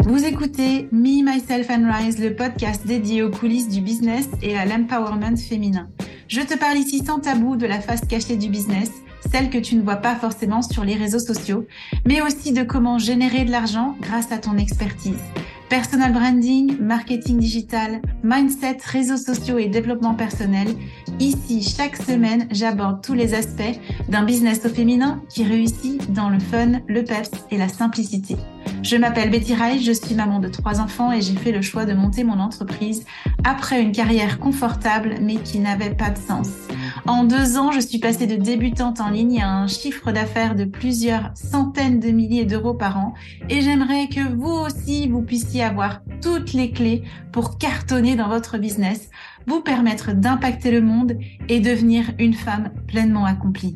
Vous écoutez Me, Myself and Rise, le podcast dédié aux coulisses du business et à l'empowerment féminin. Je te parle ici sans tabou de la face cachée du business, celle que tu ne vois pas forcément sur les réseaux sociaux, mais aussi de comment générer de l'argent grâce à ton expertise. Personal branding, marketing digital, mindset, réseaux sociaux et développement personnel. Ici, chaque semaine, j'aborde tous les aspects d'un business au féminin qui réussit dans le fun, le peps et la simplicité. Je m'appelle Betty Rice, je suis maman de 3 enfants et j'ai fait le choix de monter mon entreprise après une carrière confortable mais qui n'avait pas de sens. En 2 ans, je suis passée de débutante en ligne à un chiffre d'affaires de plusieurs centaines de milliers d'euros par an et j'aimerais que vous aussi, vous puissiez avoir toutes les clés pour cartonner dans votre business, vous permettre d'impacter le monde et devenir une femme pleinement accomplie.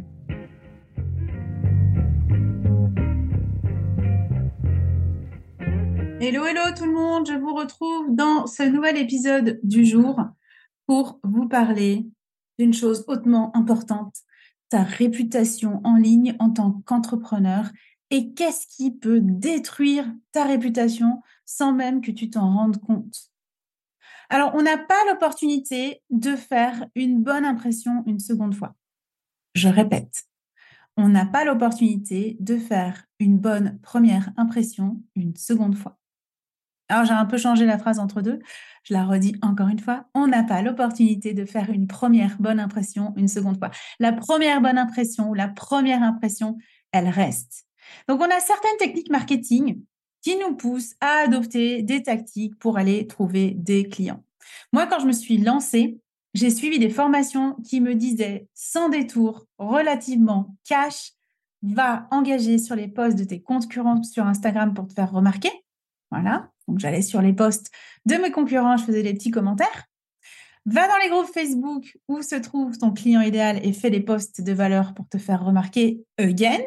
Hello, hello tout le monde, je vous retrouve dans ce nouvel épisode du jour pour vous parler d'une chose hautement importante, ta réputation en ligne en tant qu'entrepreneur et qu'est-ce qui peut détruire ta réputation sans même que tu t'en rendes compte. Alors, on n'a pas l'opportunité de faire une bonne impression une seconde fois. Je répète, on n'a pas l'opportunité de faire une bonne première impression une seconde fois. Alors, j'ai un peu changé la phrase entre deux. Je la redis encore une fois. On n'a pas l'opportunité de faire une première bonne impression une seconde fois. La première bonne impression ou la première impression, elle reste. Donc, on a certaines techniques marketing qui nous poussent à adopter des tactiques pour aller trouver des clients. Moi, quand je me suis lancée, j'ai suivi des formations qui me disaient sans détour, relativement cash, va engager sur les posts de tes concurrents sur Instagram pour te faire remarquer. Voilà, donc j'allais sur les posts de mes concurrents, je faisais des petits commentaires. Va dans les groupes Facebook où se trouve ton client idéal et fais des posts de valeur pour te faire remarquer again.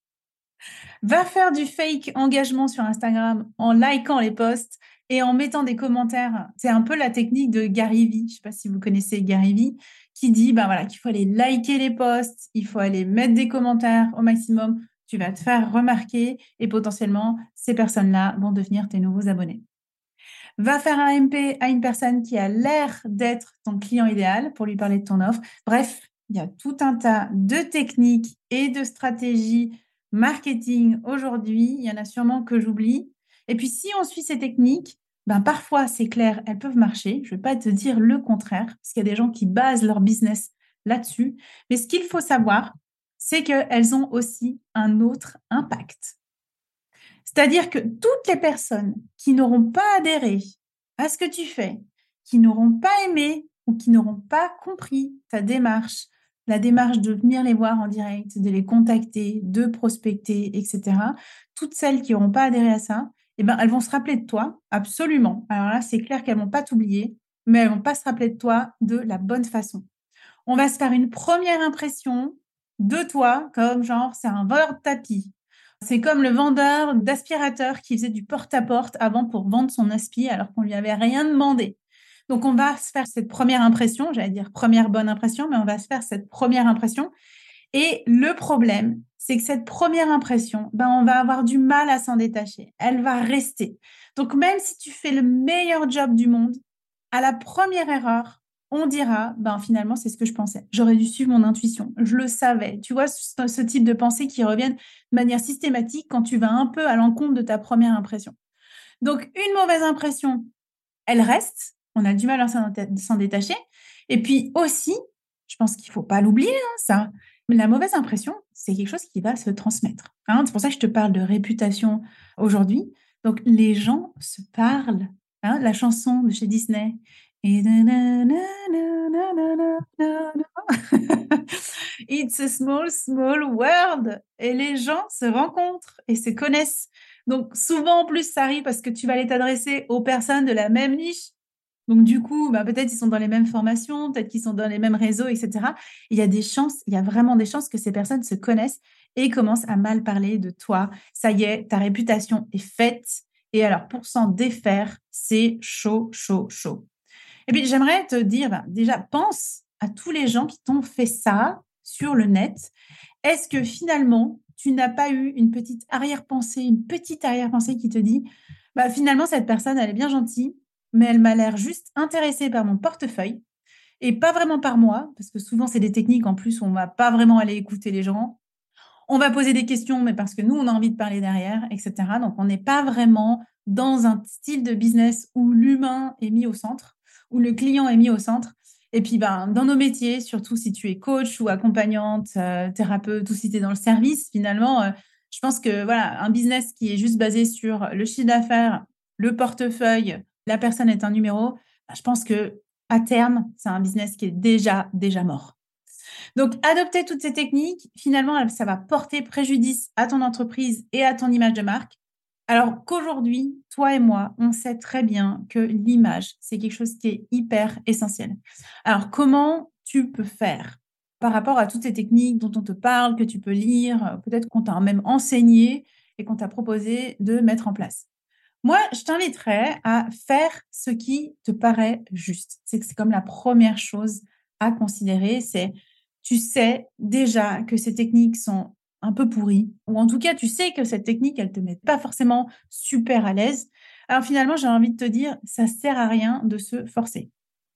Va faire du fake engagement sur Instagram en likant les posts et en mettant des commentaires. C'est un peu la technique de Gary Vee. Je ne sais pas si vous connaissez Gary Vee, qui dit qu'il faut aller liker les posts, il faut aller mettre des commentaires au maximum. Tu vas te faire remarquer et potentiellement, ces personnes-là vont devenir tes nouveaux abonnés. Va faire un MP à une personne qui a l'air d'être ton client idéal pour lui parler de ton offre. Bref, il y a tout un tas de techniques et de stratégies marketing aujourd'hui. Il y en a sûrement que j'oublie. Et puis, si on suit ces techniques, parfois, c'est clair, elles peuvent marcher. Je ne vais pas te dire le contraire, parce qu'il y a des gens qui basent leur business là-dessus. Mais ce qu'il faut savoir, c'est qu'elles ont aussi un autre impact. C'est-à-dire que toutes les personnes qui n'auront pas adhéré à ce que tu fais, qui n'auront pas aimé ou qui n'auront pas compris ta démarche, la démarche de venir les voir en direct, de les contacter, de prospecter, etc., toutes celles qui n'auront pas adhéré à ça, elles vont se rappeler de toi, absolument. Alors là, c'est clair qu'elles ne vont pas t'oublier, mais elles ne vont pas se rappeler de toi de la bonne façon. On va se faire une première impression de toi, comme genre, c'est un voleur de tapis. C'est comme le vendeur d'aspirateur qui faisait du porte-à-porte avant pour vendre son aspi alors qu'on lui avait rien demandé. Donc, on va se faire cette première impression, j'allais dire première bonne impression, mais on va se faire cette première impression. Et le problème, c'est que cette première impression, on va avoir du mal à s'en détacher. Elle va rester. Donc, même si tu fais le meilleur job du monde, à la première erreur, on dira, finalement, c'est ce que je pensais. J'aurais dû suivre mon intuition. Je le savais. Tu vois, ce type de pensées qui reviennent de manière systématique quand tu vas un peu à l'encontre de ta première impression. Donc, une mauvaise impression, elle reste. On a du mal à s'en détacher. Et puis aussi, je pense qu'il ne faut pas l'oublier, ça. Mais la mauvaise impression, c'est quelque chose qui va se transmettre. C'est pour ça que je te parle de réputation aujourd'hui. Donc, les gens se parlent. La chanson de chez Disney. It's a small, small world. Et les gens se rencontrent et se connaissent. Donc, souvent, en plus, ça arrive parce que tu vas aller t'adresser aux personnes de la même niche. Donc, du coup, peut-être ils sont dans les mêmes formations, peut-être qu'ils sont dans les mêmes réseaux, etc. Il y a vraiment des chances que ces personnes se connaissent et commencent à mal parler de toi. Ça y est, ta réputation est faite. Et alors, pour s'en défaire, c'est chaud, chaud, chaud. Et puis, j'aimerais te dire, déjà, pense à tous les gens qui t'ont fait ça sur le net. Est-ce que finalement, tu n'as pas eu une petite arrière-pensée qui te dit, Bah, finalement, cette personne, elle est bien gentille, mais elle m'a l'air juste intéressée par mon portefeuille et pas vraiment par moi, parce que souvent, c'est des techniques en plus où on va pas vraiment aller écouter les gens. On va poser des questions, mais parce que nous, on a envie de parler derrière, etc. Donc, on n'est pas vraiment dans un style de business où l'humain est mis au centre, où le client est mis au centre. Et puis, ben, dans nos métiers, surtout si tu es coach ou accompagnante, thérapeute, ou si tu es dans le service, finalement, je pense que voilà, un business qui est juste basé sur le chiffre d'affaires, le portefeuille, la personne est un numéro, ben, je pense que à terme, c'est un business qui est déjà mort. Donc, adopter toutes ces techniques, finalement, ça va porter préjudice à ton entreprise et à ton image de marque. Alors qu'aujourd'hui, toi et moi, on sait très bien que l'image, c'est quelque chose qui est hyper essentiel. Alors, comment tu peux faire par rapport à toutes ces techniques dont on te parle, que tu peux lire, peut-être qu'on t'a même enseigné et qu'on t'a proposé de mettre en place? Moi, je t'inviterais à faire ce qui te paraît juste. C'est comme la première chose à considérer, c'est tu sais déjà que ces techniques sont un peu pourries, ou en tout cas, tu sais que cette technique, elle te met pas forcément super à l'aise. Alors finalement, j'ai envie de te dire, ça sert à rien de se forcer.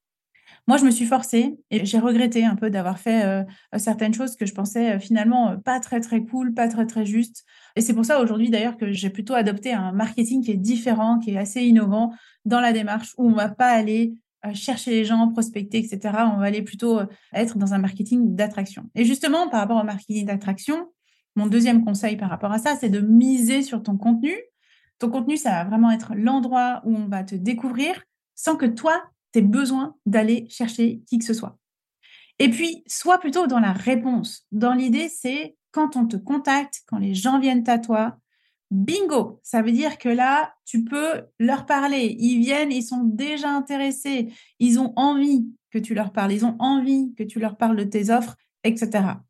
Moi, je me suis forcée et j'ai regretté un peu d'avoir fait, certaines choses que je pensais, finalement, pas très, très cool, pas très, très justes et c'est pour ça aujourd'hui d'ailleurs que j'ai plutôt adopté un marketing qui est différent, qui est assez innovant dans la démarche où on va pas aller, chercher les gens, prospecter et cetera. On va aller plutôt, être dans un marketing d'attraction et justement par rapport au marketing d'attraction, mon deuxième conseil par rapport à ça, c'est de miser sur ton contenu. Ton contenu, ça va vraiment être l'endroit où on va te découvrir sans que toi, tu besoin d'aller chercher qui que ce soit. Et puis, sois plutôt dans la réponse. Dans l'idée, c'est quand on te contacte, quand les gens viennent à toi, bingo, ça veut dire que là, tu peux leur parler. Ils viennent, ils sont déjà intéressés, ils ont envie que tu leur parles, ils ont envie que tu leur parles de tes offres, etc.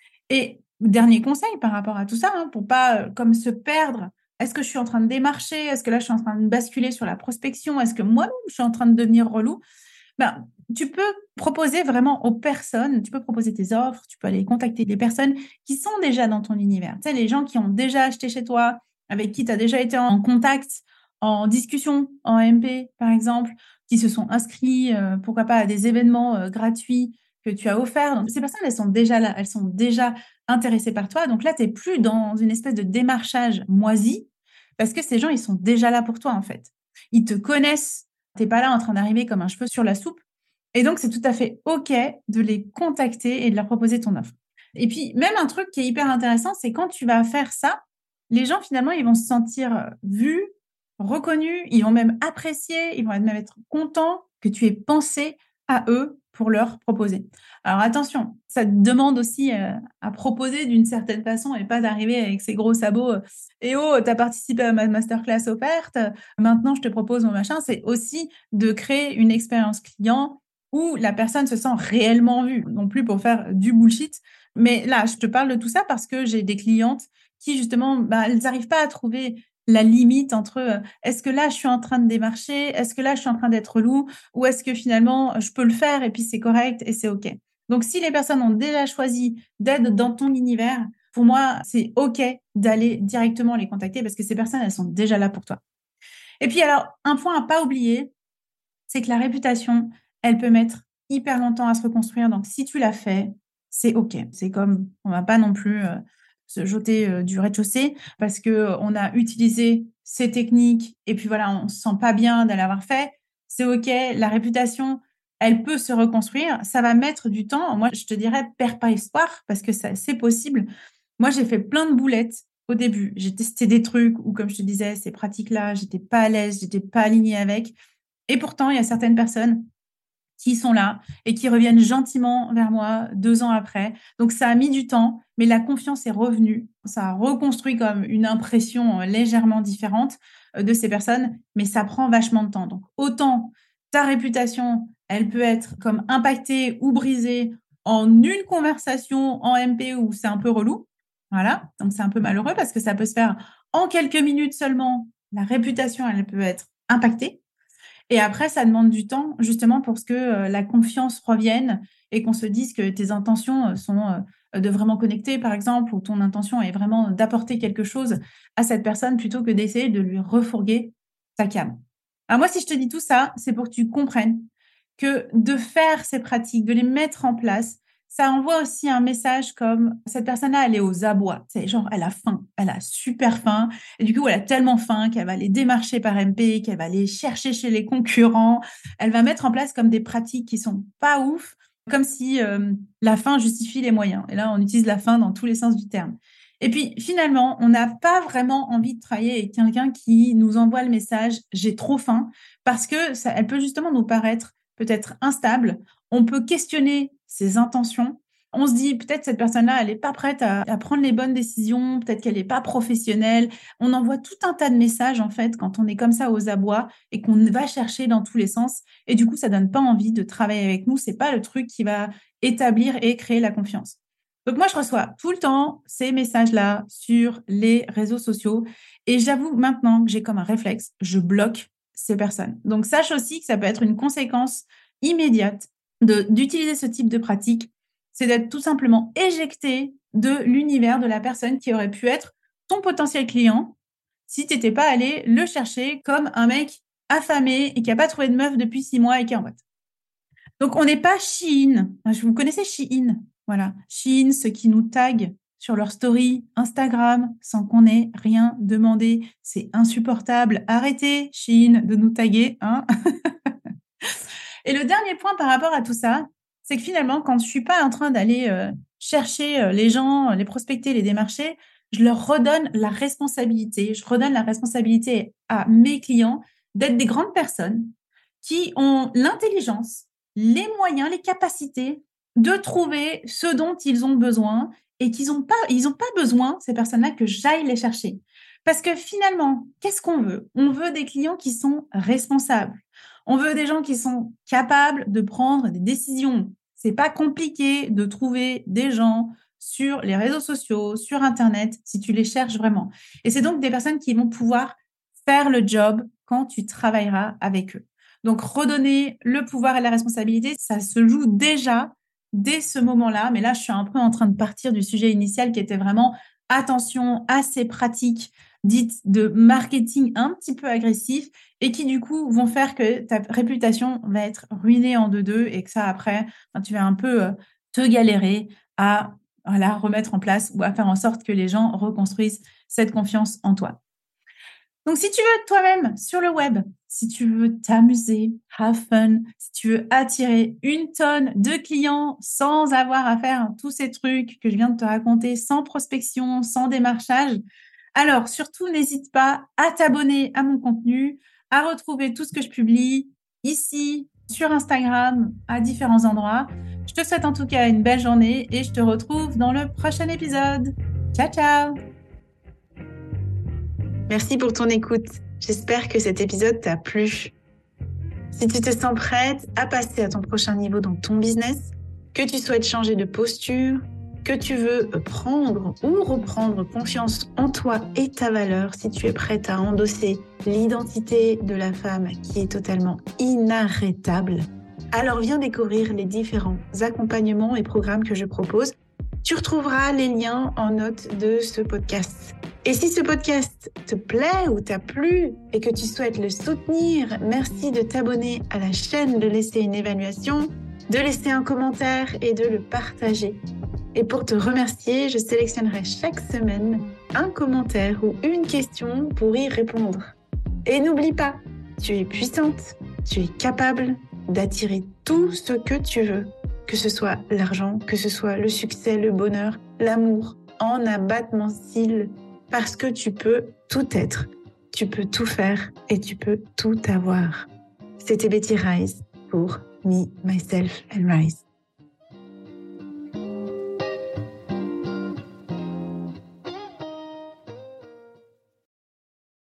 Et dernier conseil par rapport à tout ça, hein, pour pas comme se perdre. Est-ce que je suis en train de démarcher? Est-ce que là, je suis en train de basculer sur la prospection? Est-ce que moi-même, je suis en train de devenir relou? Ben, tu peux proposer vraiment aux personnes, tu peux proposer tes offres, tu peux aller contacter des personnes qui sont déjà dans ton univers. Tu sais, les gens qui ont déjà acheté chez toi, avec qui tu as déjà été en contact, en discussion, en MP, par exemple, qui se sont inscrits, pourquoi pas, à des événements gratuits que tu as offerts. Donc, ces personnes, elles sont déjà là, elles sont déjà intéressées par toi. Donc là, tu n'es plus dans une espèce de démarchage moisi, parce que ces gens, ils sont déjà là pour toi, en fait. Ils te connaissent. Tu n'es pas là en train d'arriver comme un cheveu sur la soupe. Et donc, c'est tout à fait OK de les contacter et de leur proposer ton offre. Et puis, même un truc qui est hyper intéressant, c'est quand tu vas faire ça, les gens, finalement, ils vont se sentir vus, reconnus, ils vont même apprécier, ils vont même être contents que tu aies pensé à eux pour leur proposer. Alors attention, ça te demande aussi à proposer d'une certaine façon et pas d'arriver avec ces gros sabots. Et oh, tu as participé à ma masterclass offerte, maintenant je te propose mon machin. C'est aussi de créer une expérience client où la personne se sent réellement vue, non plus pour faire du bullshit. Mais là, je te parle de tout ça parce que j'ai des clientes qui, justement, bah, elles n'arrivent pas à trouver la limite entre est-ce que là, je suis en train de démarcher, est-ce que là, je suis en train d'être relou, ou est-ce que finalement, je peux le faire et puis c'est correct et c'est OK. Donc, si les personnes ont déjà choisi d'être dans ton univers, pour moi, c'est OK d'aller directement les contacter parce que ces personnes, elles sont déjà là pour toi. Et puis, alors, un point à pas oublier, c'est que la réputation, elle peut mettre hyper longtemps à se reconstruire. Donc, si tu l'as fait, c'est OK. C'est comme, on va pas non plus se jeter du rez-de-chaussée parce que on a utilisé ces techniques et puis voilà, on se sent pas bien d'aller avoir fait. C'est OK. La réputation, elle peut se reconstruire. Ça va mettre du temps. Moi, je te dirais, perds pas espoir parce que ça, c'est possible. Moi, j'ai fait plein de boulettes au début. J'ai testé des trucs où, comme je te disais, ces pratiques-là, j'étais pas à l'aise, j'étais pas alignée avec. Et pourtant, il y a certaines personnes qui sont là et qui reviennent gentiment vers moi 2 ans après. Donc, ça a mis du temps, mais la confiance est revenue. Ça a reconstruit comme une impression légèrement différente de ces personnes, mais ça prend vachement de temps. Donc, autant ta réputation, elle peut être comme impactée ou brisée en une conversation en MP où c'est un peu relou. Voilà, donc c'est un peu malheureux parce que ça peut se faire en quelques minutes seulement. La réputation, elle peut être impactée. Et après, ça demande du temps, justement, pour que la confiance revienne et qu'on se dise que tes intentions sont de vraiment connecter, par exemple, ou ton intention est vraiment d'apporter quelque chose à cette personne plutôt que d'essayer de lui refourguer. ça calme. Alors moi, si je te dis tout ça, c'est pour que tu comprennes que de faire ces pratiques, de les mettre en place, ça envoie aussi un message comme cette personne-là, elle est aux abois. C'est genre, elle a faim, elle a super faim. Et du coup, elle a tellement faim qu'elle va aller démarcher par MP, qu'elle va aller chercher chez les concurrents. Elle va mettre en place comme des pratiques qui sont pas ouf, comme si la faim justifie les moyens. Et là, on utilise la faim dans tous les sens du terme. Et puis, finalement, on n'a pas vraiment envie de travailler avec quelqu'un qui nous envoie le message « j'ai trop faim » parce que ça, elle peut justement nous paraître peut-être instable. On peut questionner ses intentions. On se dit peut-être cette personne-là, elle n'est pas prête à prendre les bonnes décisions, peut-être qu'elle n'est pas professionnelle. On envoie tout un tas de messages en fait quand on est comme ça aux abois et qu'on va chercher dans tous les sens. Et du coup, ça donne pas envie de travailler avec nous. C'est pas le truc qui va établir et créer la confiance. Donc moi, je reçois tout le temps ces messages-là sur les réseaux sociaux et j'avoue maintenant que j'ai comme un réflexe, je bloque ces personnes. Donc sache aussi que ça peut être une conséquence immédiate d'utiliser ce type de pratique, c'est d'être tout simplement éjecté de l'univers de la personne qui aurait pu être ton potentiel client si tu n'étais pas allé le chercher comme un mec affamé et qui n'a pas trouvé de meuf depuis 6 mois et qui est en boîte. Donc, on n'est pas Shein. Vous connaissez Shein? Voilà. Shein, ceux qui nous taguent sur leur story Instagram sans qu'on ait rien demandé. C'est insupportable. Arrêtez, Shein, de nous taguer. Hein. Et le dernier point par rapport à tout ça, c'est que finalement, quand je ne suis pas en train d'aller chercher les gens, les prospecter, les démarcher, je leur redonne la responsabilité. Je redonne la responsabilité à mes clients d'être des grandes personnes qui ont l'intelligence, les moyens, les capacités de trouver ce dont ils ont besoin et qu'ils n'ont pas besoin, ces personnes-là, que j'aille les chercher. Parce que finalement, qu'est-ce qu'on veut? On veut des clients qui sont responsables. On veut des gens qui sont capables de prendre des décisions. C'est pas compliqué de trouver des gens sur les réseaux sociaux, sur Internet, si tu les cherches vraiment. Et c'est donc des personnes qui vont pouvoir faire le job quand tu travailleras avec eux. Donc, redonner le pouvoir et la responsabilité, ça se joue déjà dès ce moment-là. Mais là, je suis un peu en train de partir du sujet initial qui était vraiment attention à ces pratiques dites de marketing un petit peu agressif et qui, du coup, vont faire que ta réputation va être ruinée en deux et que ça, après, tu vas un peu te galérer à remettre en place ou à faire en sorte que les gens reconstruisent cette confiance en toi. Donc, si tu veux être toi-même sur le web, si tu veux t'amuser, have fun, si tu veux attirer une tonne de clients sans avoir à faire tous ces trucs que je viens de te raconter, sans prospection, sans démarchage, alors surtout n'hésite pas à t'abonner à mon contenu, à retrouver tout ce que je publie ici, sur Instagram, à différents endroits. Je te souhaite en tout cas une belle journée et je te retrouve dans le prochain épisode. Ciao, ciao! Merci pour ton écoute. J'espère que cet épisode t'a plu. Si tu te sens prête à passer à ton prochain niveau dans ton business, que tu souhaites changer de posture, que tu veux prendre ou reprendre confiance en toi et ta valeur, si tu es prête à endosser l'identité de la femme qui est totalement inarrêtable, alors viens découvrir les différents accompagnements et programmes que je propose. Tu retrouveras les liens en note de ce podcast. Et si ce podcast te plaît ou t'a plu et que tu souhaites le soutenir, merci de t'abonner à la chaîne, de laisser une évaluation, de laisser un commentaire et de le partager. Et pour te remercier, je sélectionnerai chaque semaine un commentaire ou une question pour y répondre. Et n'oublie pas, tu es puissante, tu es capable d'attirer tout ce que tu veux, que ce soit l'argent, que ce soit le succès, le bonheur, l'amour, en abattement de cils, parce que tu peux tout être, tu peux tout faire et tu peux tout avoir. C'était Betty Rise pour Me, Myself and Rise.